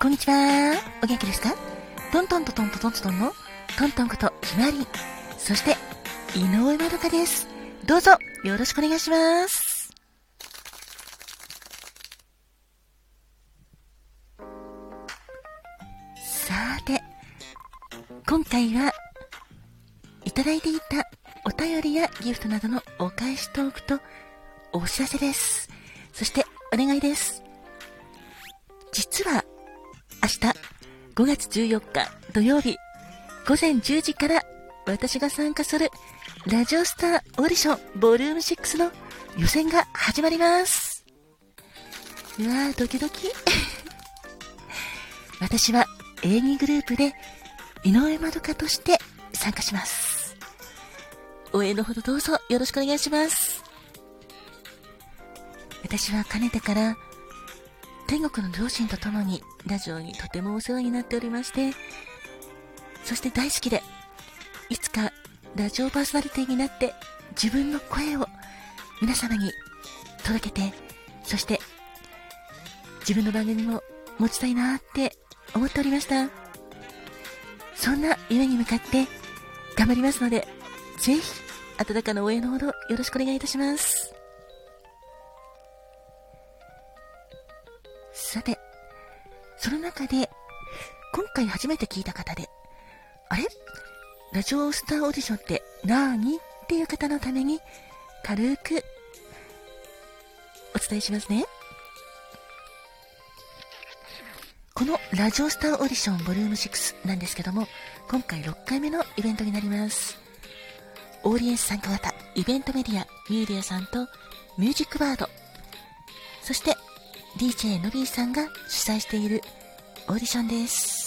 こんにちは。お元気ですか？トントンとトンとトントンのトントンことひまわり。そして井上まどかです。どうぞよろしくお願いします。さて、今回はいただいていたお便りやギフトなどのお返しトークとお知らせです。そしてお願いです。実は明日5月14日土曜日午前10時から私が参加するラジオスターオーディションボリューム6の予選が始まります。うわードキドキ私は A2 グループで井上まどかとして参加します。応援のほどどうぞよろしくお願いします。私はかねてから天国の両親と共にラジオにとてもお世話になっておりまして、そして大好きで、いつかラジオパーソナリティになって自分の声を皆様に届けて、そして自分の番組も持ちたいなって思っておりました。そんな夢に向かって頑張りますので、ぜひ温かな応援のほどよろしくお願いいたします。さて、その中で今回初めて聞いた方で、あれ？ラジオスターオーディションってなーに？っていう方のために軽くお伝えしますね。このラジオスターオーディションボリューム6なんですけども、今回6回目のイベントになります。オーディエンス参加型イベントメディアミューディアさんとミュージックバード、そしてDJ のびーさんが主催しているオーディションです。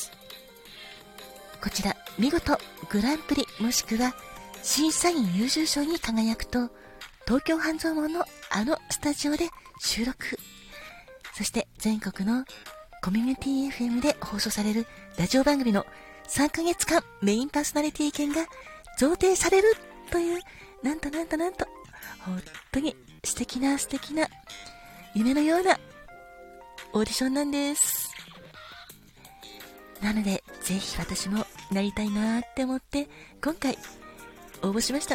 こちら見事グランプリもしくは審査員優秀賞に輝くと、東京半蔵門のあのスタジオで収録、そして全国のコミュニティ FM で放送されるラジオ番組の3ヶ月間メインパーソナリティ権が贈呈されるという、なんと本当に素敵な夢のようなオーディションなんです。なのでぜひ私もなりたいなって思って今回応募しました。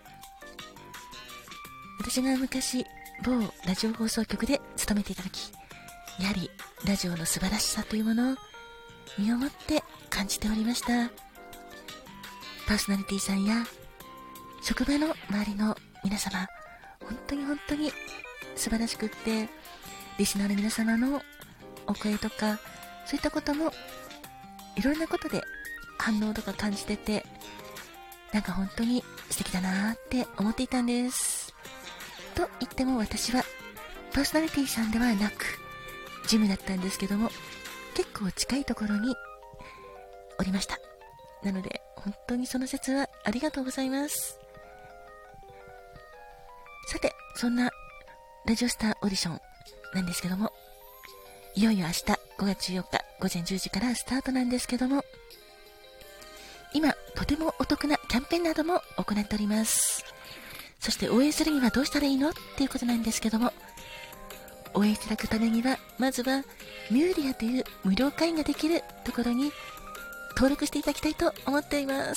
私が昔某ラジオ放送局で勤めていた時、やはりラジオの素晴らしさというものを身をもって感じておりました。パーソナリティさんや職場の周りの皆様、本当に素晴らしくって、リスナーの皆様のお声とかそういったこともいろんなことで反応とか感じてて、なんか本当に素敵だなーって思っていたんです。と言っても私はパーソナリティさんではなくジムだったんですけども、結構近いところにおりました。なので本当にその説はありがとうございます。さて、そんなラジオスターオーディションなんですけども、いよいよ明日5月14日午前10時からスタートなんですけども、今とてもお得なキャンペーンなども行っております。そして応援するにはどうしたらいいのっていうことなんですけども、応援いただくためにはまずはミューディアという無料会員ができるところに登録していただきたいと思っています。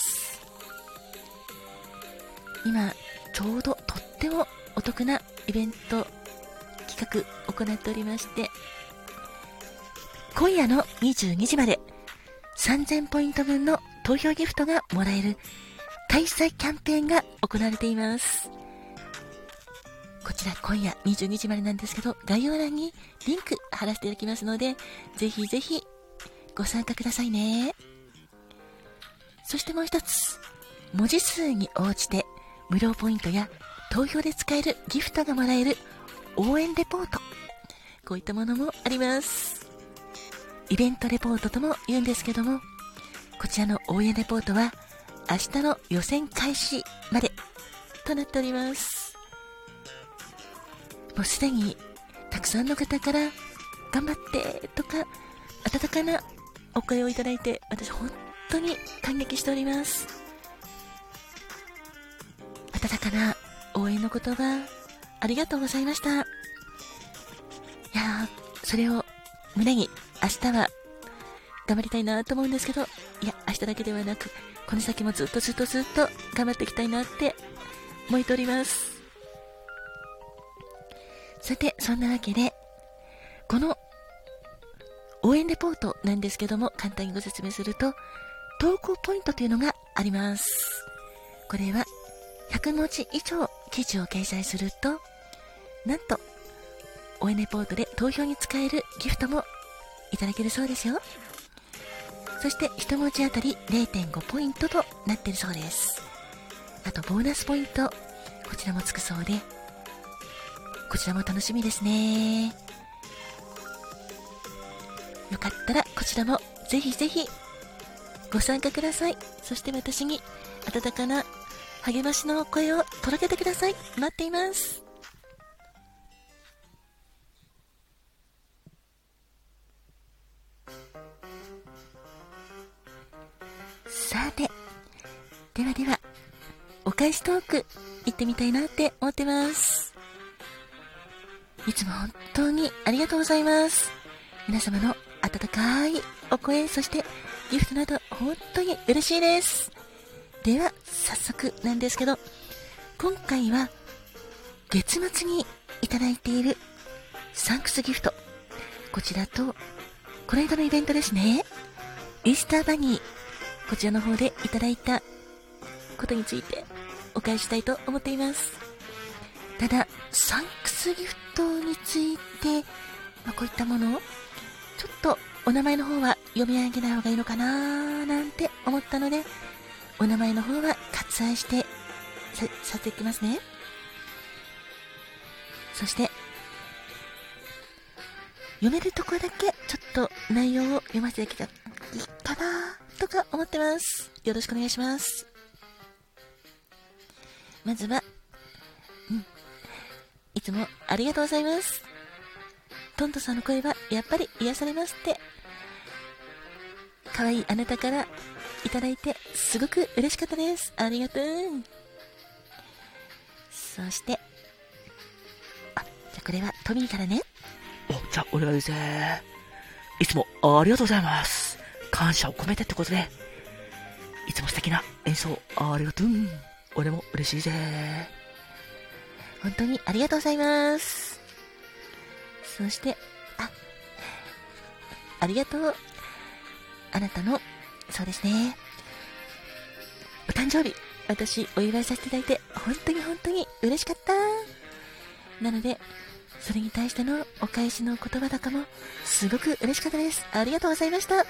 今ちょうどとってもお得なイベント企画行っておりまして、今夜の22時まで3000ポイント分の投票ギフトがもらえる開催キャンペーンが行われています。こちら今夜22時までなんですけど、概要欄にリンク貼らせていただきますので、ぜひぜひご参加くださいね。そしてもう一つ、文字数に応じて無料ポイントや投票で使えるギフトがもらえる応援レポート、こういったものもあります。イベントレポートとも言うんですけども、こちらの応援レポートは明日の予選開始までとなっております。もうすでにたくさんの方から頑張ってとか温かなお声をいただいて、私本当に感激しております。温かな応援の言葉ありがとうございました。いやー、それを胸に明日は頑張りたいなと思うんですけど、いや、明日だけではなく、この先もずっと頑張っていきたいなって思っております。さて、そんなわけで、この応援レポートなんですけども、簡単にご説明すると、投稿ポイントというのがあります。これは100文字以上記事を掲載すると、なんと応援レポートで投票に使えるギフトもいただけるそうですよ。そして1文字あたり 0.5 ポイントとなっているそうです。あとボーナスポイント、こちらもつくそうで、こちらも楽しみですね。よかったらこちらもぜひぜひご参加ください。そして私に温かな励ましの声を届けてください。待っています。さて、ではお返しトーク行ってみたいなって思ってます。いつも本当にありがとうございます。皆様の温かいお声、そしてギフトなど本当に嬉しいです。では早速なんですけど、今回は月末にいただいているサンクスギフト、こちらとこの間のイベントですね、イースターバニー、こちらの方でいただいたことについてお返ししたいと思っています。ただサンクスギフトについて、こういったものをちょっとお名前の方は読み上げない方がいいのかななんて思ったので、お名前の方は割愛してさせていきますね。そして読めるところだけちょっと内容を読ませていただきいいかなとか思ってます。よろしくお願いします。まずは、いつもありがとうございます。トントさんの声はやっぱり癒されますって、可愛いあなたからいただいてすごく嬉しかったです。ありがとう。そして、じゃあこれはトミーからね。 じゃあお願いです。いつもありがとうございます。感謝を込めてってことで、いつも素敵な演奏ありがとう。俺も嬉しいぜ。 本当にありがとうございます。そして、ありがとう。あなたの、そうですね、お誕生日、私お祝いさせていただいて本当に嬉しかった。なのでそれに対してのお返しの言葉とかもすごく嬉しかったです。ありがとうございました。さ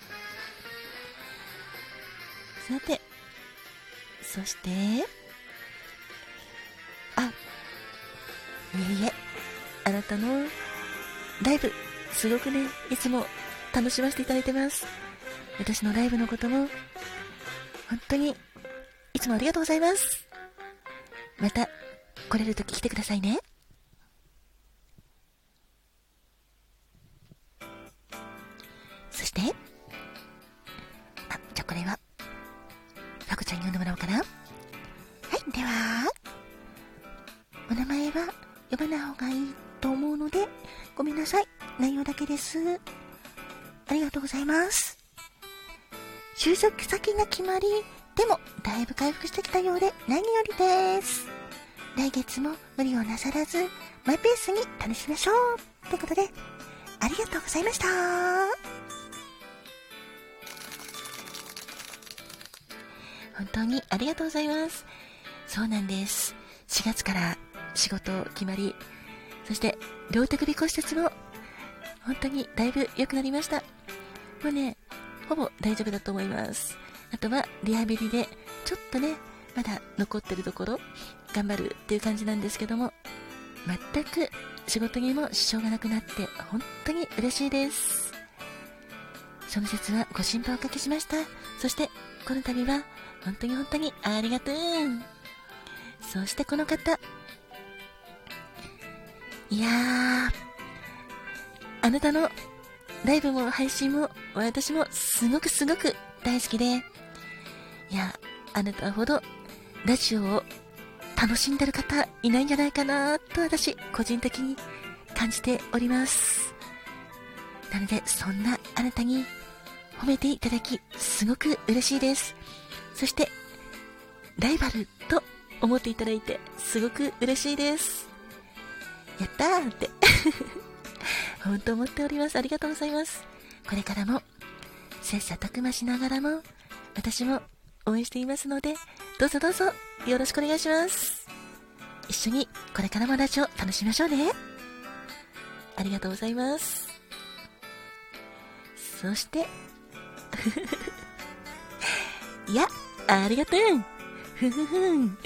て、そしてあなたのライブすごくね、いつも楽しませていただいてます。私のライブのことも本当にいつもありがとうございます。また来れるとき来てくださいね。そしてじゃあこれはラコちゃんに読んでもらおうかな。はい、ではお名前は読まない方がいいと思うのでごめんなさい。内容だけです。ありがとうございます。就職先が決まり、でもだいぶ回復してきたようで何よりです。来月も無理をなさらずマイペースに楽しみましょうってことで、ありがとうございました。本当にありがとうございます。そうなんです。4月から仕事決まり、そして両手首骨折も本当にだいぶ良くなりました。もうね、ほぼ大丈夫だと思います。あとはリハビリでちょっとね、まだ残ってるところ頑張るっていう感じなんですけども、全く仕事にも支障がなくなって本当に嬉しいです。その節はご心配おかけしました。そしてこの度は本当にありがとう。そしてこの方、いやー、あなたのライブも配信も私もすごく大好きで、いや、あなたほどラジオを楽しんでる方いないんじゃないかなと私個人的に感じております。なのでそんなあなたに褒めていただき、すごく嬉しいです。そして、ライバルと思っていただいて、すごく嬉しいです。やったーって本当思っております。ありがとうございます。これからも切磋琢磨しながらも私も応援していますので、どうぞどうぞよろしくお願いします。一緒にこれからもラジオ楽しみましょうね。ありがとうございます。そしていや、ありがとうふふふん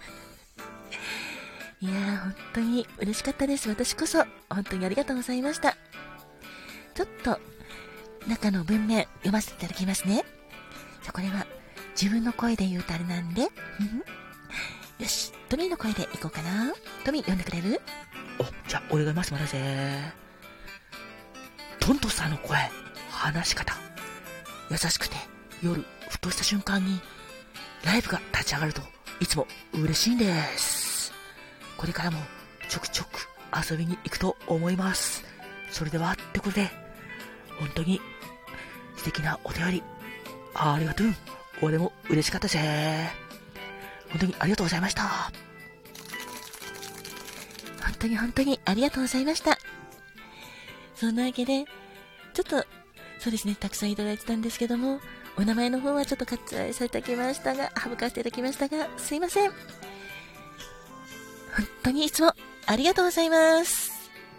いやー、本当に嬉しかったです。私こそ本当にありがとうございました。ちょっと中の文面読ませていただきますね。これは自分の声で言うとあれなんでよし、トミーの声でいこうかな。トミー読んでくれる？ じゃあ俺がますまだぜ。トントさんの声、話し方優しくて、夜ふとした瞬間にライブが立ち上がるといつも嬉しいんです。これからもちょくちょく遊びに行くと思います。それではってことで、本当に素敵なお便りありがとう。俺も嬉しかったぜ。本当にありがとうございました。 本当にありがとうございました。そんなわけでちょっとそうですね、たくさんいただいてたんですけども、お名前の方はちょっと割愛されてきましたが、省かせていただきましたが、すいません。本当にいつもありがとうございます。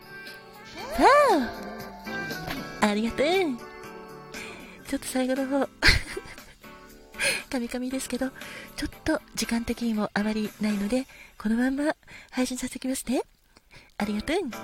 ありがとう。ちょっと最後の方カミカミですけど、ちょっと時間的にもあまりないので、このまんま配信させてきますね。ありがとう。